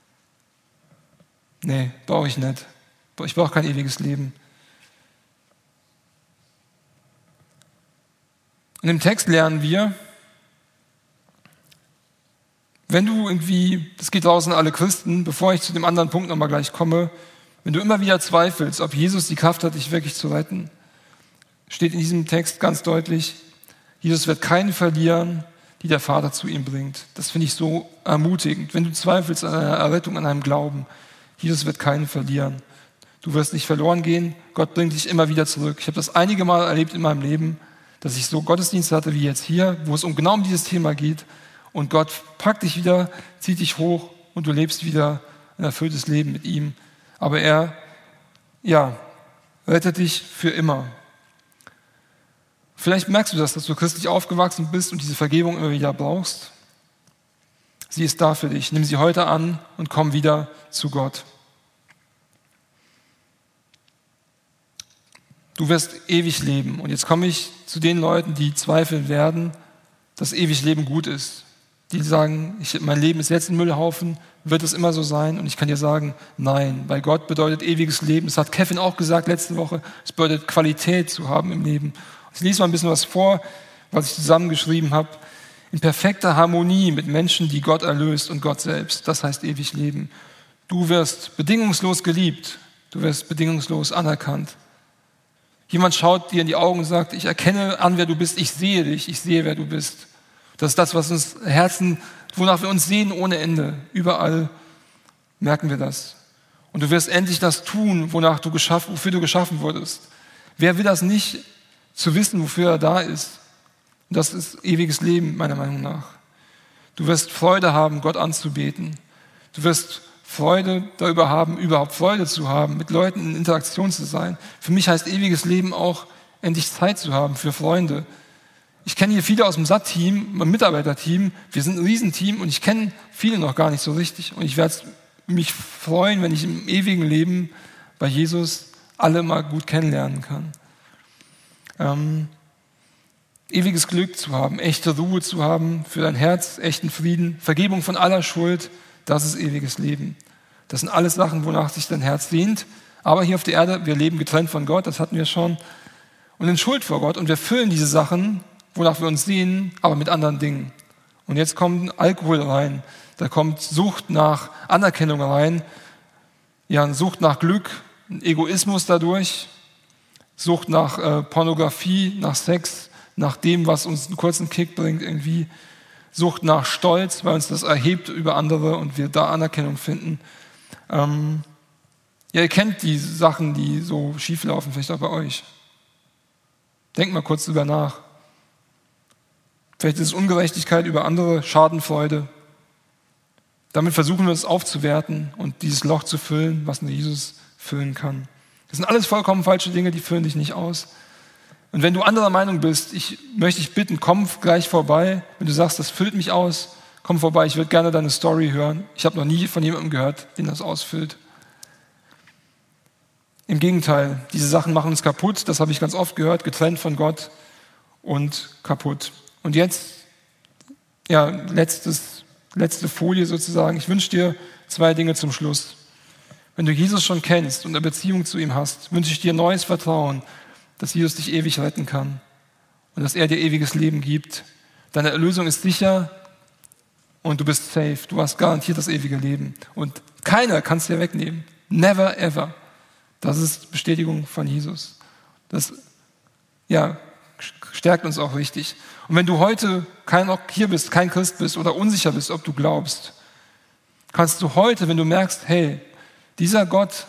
nee, brauche ich nicht. Ich brauche kein ewiges Leben. Und im Text lernen wir, wenn du irgendwie, das geht raus an alle Christen, bevor ich zu dem anderen Punkt nochmal gleich komme, wenn du immer wieder zweifelst, ob Jesus die Kraft hat, dich wirklich zu retten, steht in diesem Text ganz deutlich, Jesus wird keinen verlieren, die der Vater zu ihm bringt. Das finde ich so ermutigend. Wenn du zweifelst an einer Errettung, an einem Glauben, Jesus wird keinen verlieren. Du wirst nicht verloren gehen, Gott bringt dich immer wieder zurück. Ich habe das einige Mal erlebt in meinem Leben, dass ich so Gottesdienste hatte wie jetzt hier, wo es um genau um dieses Thema geht und Gott packt dich wieder, zieht dich hoch und du lebst wieder ein erfülltes Leben mit ihm. Aber er, ja, rettet dich für immer. Vielleicht merkst du das, dass du christlich aufgewachsen bist und diese Vergebung immer wieder brauchst. Sie ist da für dich. Nimm sie heute an und komm wieder zu Gott. Du wirst ewig leben. Und jetzt komme ich zu den Leuten, die zweifeln werden, dass ewig Leben gut ist. die sagen, ich, mein Leben ist jetzt ein Müllhaufen, wird es immer so sein? Und ich kann dir sagen, nein, bei Gott bedeutet ewiges Leben. Das hat Kevin auch gesagt letzte Woche, es bedeutet Qualität zu haben im Leben. Ich lese mal ein bisschen was vor, was ich zusammengeschrieben habe. In perfekter Harmonie mit Menschen, die Gott erlöst und Gott selbst. Das heißt ewig Leben. Du wirst bedingungslos geliebt. Du wirst bedingungslos anerkannt. Jemand schaut dir in die Augen und sagt, ich erkenne an, wer du bist. Ich sehe dich. Ich sehe, wer du bist. Das ist das, was uns Herzen, wonach wir uns sehen ohne Ende. Überall merken wir das. Und du wirst endlich das tun, wonach du geschaffen, wofür du geschaffen wurdest. Wer will das nicht, zu wissen, wofür er da ist? Und das ist ewiges Leben, meiner Meinung nach. Du wirst Freude haben, Gott anzubeten. Du wirst Freude darüber haben, überhaupt Freude zu haben, mit Leuten in Interaktion zu sein. Für mich heißt ewiges Leben auch, endlich Zeit zu haben für Freunde. Ich kenne hier viele aus dem S A T-Team, meinem Mitarbeiterteam. Wir sind ein Riesenteam und ich kenne viele noch gar nicht so richtig. Und ich werde mich freuen, wenn ich im ewigen Leben bei Jesus alle mal gut kennenlernen kann. Ähm, ewiges Glück zu haben, echte Ruhe zu haben für dein Herz, echten Frieden, Vergebung von aller Schuld, das ist ewiges Leben. Das sind alles Sachen, wonach sich dein Herz sehnt. Aber hier auf der Erde, wir leben getrennt von Gott, das hatten wir schon, und in Schuld vor Gott. Und wir füllen diese Sachen, wonach wir uns sehnen, aber mit anderen Dingen. Und jetzt kommt Alkohol rein, da kommt Sucht nach Anerkennung rein, ja, eine Sucht nach Glück, ein Egoismus dadurch, Sucht nach äh, Pornografie, nach Sex, nach dem, was uns einen kurzen Kick bringt irgendwie, Sucht nach Stolz, weil uns das erhebt über andere und wir da Anerkennung finden. Ähm, ja, ihr kennt die Sachen, die so schief laufen, vielleicht auch bei euch. Denkt mal kurz drüber nach. Vielleicht ist es Ungerechtigkeit über andere, Schadenfreude. Damit versuchen wir es aufzuwerten und dieses Loch zu füllen, was nur Jesus füllen kann. Das sind alles vollkommen falsche Dinge, die füllen dich nicht aus. Und wenn du anderer Meinung bist, ich möchte dich bitten, komm gleich vorbei. Wenn du sagst, das füllt mich aus, komm vorbei, ich würde gerne deine Story hören. Ich habe noch nie von jemandem gehört, den das ausfüllt. Im Gegenteil, diese Sachen machen uns kaputt, das habe ich ganz oft gehört, getrennt von Gott und kaputt. Und jetzt, ja, letztes, letzte Folie sozusagen. Ich wünsche dir zwei Dinge zum Schluss. Wenn du Jesus schon kennst und eine Beziehung zu ihm hast, wünsche ich dir neues Vertrauen, dass Jesus dich ewig retten kann und dass er dir ewiges Leben gibt. Deine Erlösung ist sicher und du bist safe. Du hast garantiert das ewige Leben. Und keiner kann es dir wegnehmen. Never ever. Das ist Bestätigung von Jesus. Das, ja, stärkt uns auch richtig. Und wenn du heute kein, hier bist, kein Christ bist oder unsicher bist, ob du glaubst, kannst du heute, wenn du merkst, hey, dieser Gott,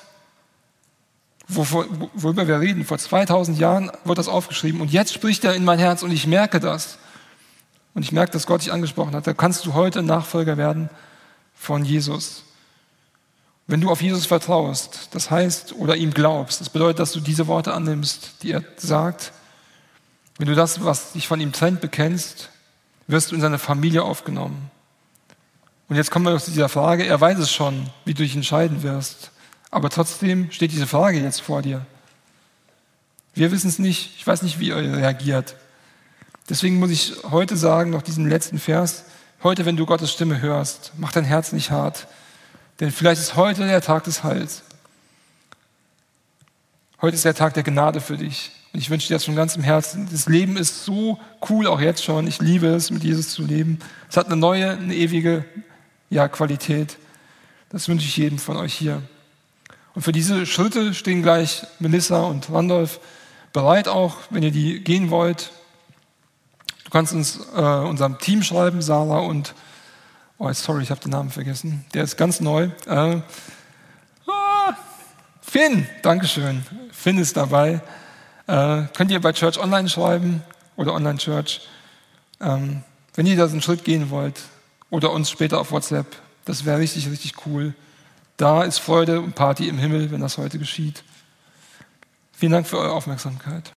worüber wir reden, vor zweitausend Jahren wurde das aufgeschrieben und jetzt spricht er in mein Herz und ich merke das. Und ich merke, dass Gott dich angesprochen hat. Da kannst du heute Nachfolger werden von Jesus. Wenn du auf Jesus vertraust, das heißt, oder ihm glaubst, das bedeutet, dass du diese Worte annimmst, die er sagt. Wenn du das, was dich von ihm trennt, bekennst, wirst du in seine Familie aufgenommen. Und jetzt kommen wir zu dieser Frage, er weiß es schon, wie du dich entscheiden wirst. Aber trotzdem steht diese Frage jetzt vor dir. Wir wissen es nicht, ich weiß nicht, wie ihr reagiert. Deswegen muss ich heute sagen, noch diesen letzten Vers, heute, wenn du Gottes Stimme hörst, mach dein Herz nicht hart, denn vielleicht ist heute der Tag des Heils. Heute ist der Tag der Gnade für dich. Und ich wünsche dir das von ganzem Herzen. Das Leben ist so cool, auch jetzt schon. Ich liebe es, mit Jesus zu leben. Es hat eine neue, eine ewige ja, Qualität. Das wünsche ich jedem von euch hier. Und für diese Schritte stehen gleich Melissa und Randolph bereit auch, wenn ihr die gehen wollt. Du kannst uns äh, unserem Team schreiben, Sarah und, oh sorry, ich habe den Namen vergessen, der ist ganz neu. Äh, ah, Finn, Dankeschön, Finn ist dabei. Äh, könnt ihr bei Church Online schreiben oder Online Church, ähm, wenn ihr da so einen Schritt gehen wollt oder uns später auf WhatsApp, das wäre richtig, richtig cool. Da ist Freude und Party im Himmel, wenn das heute geschieht. Vielen Dank für eure Aufmerksamkeit.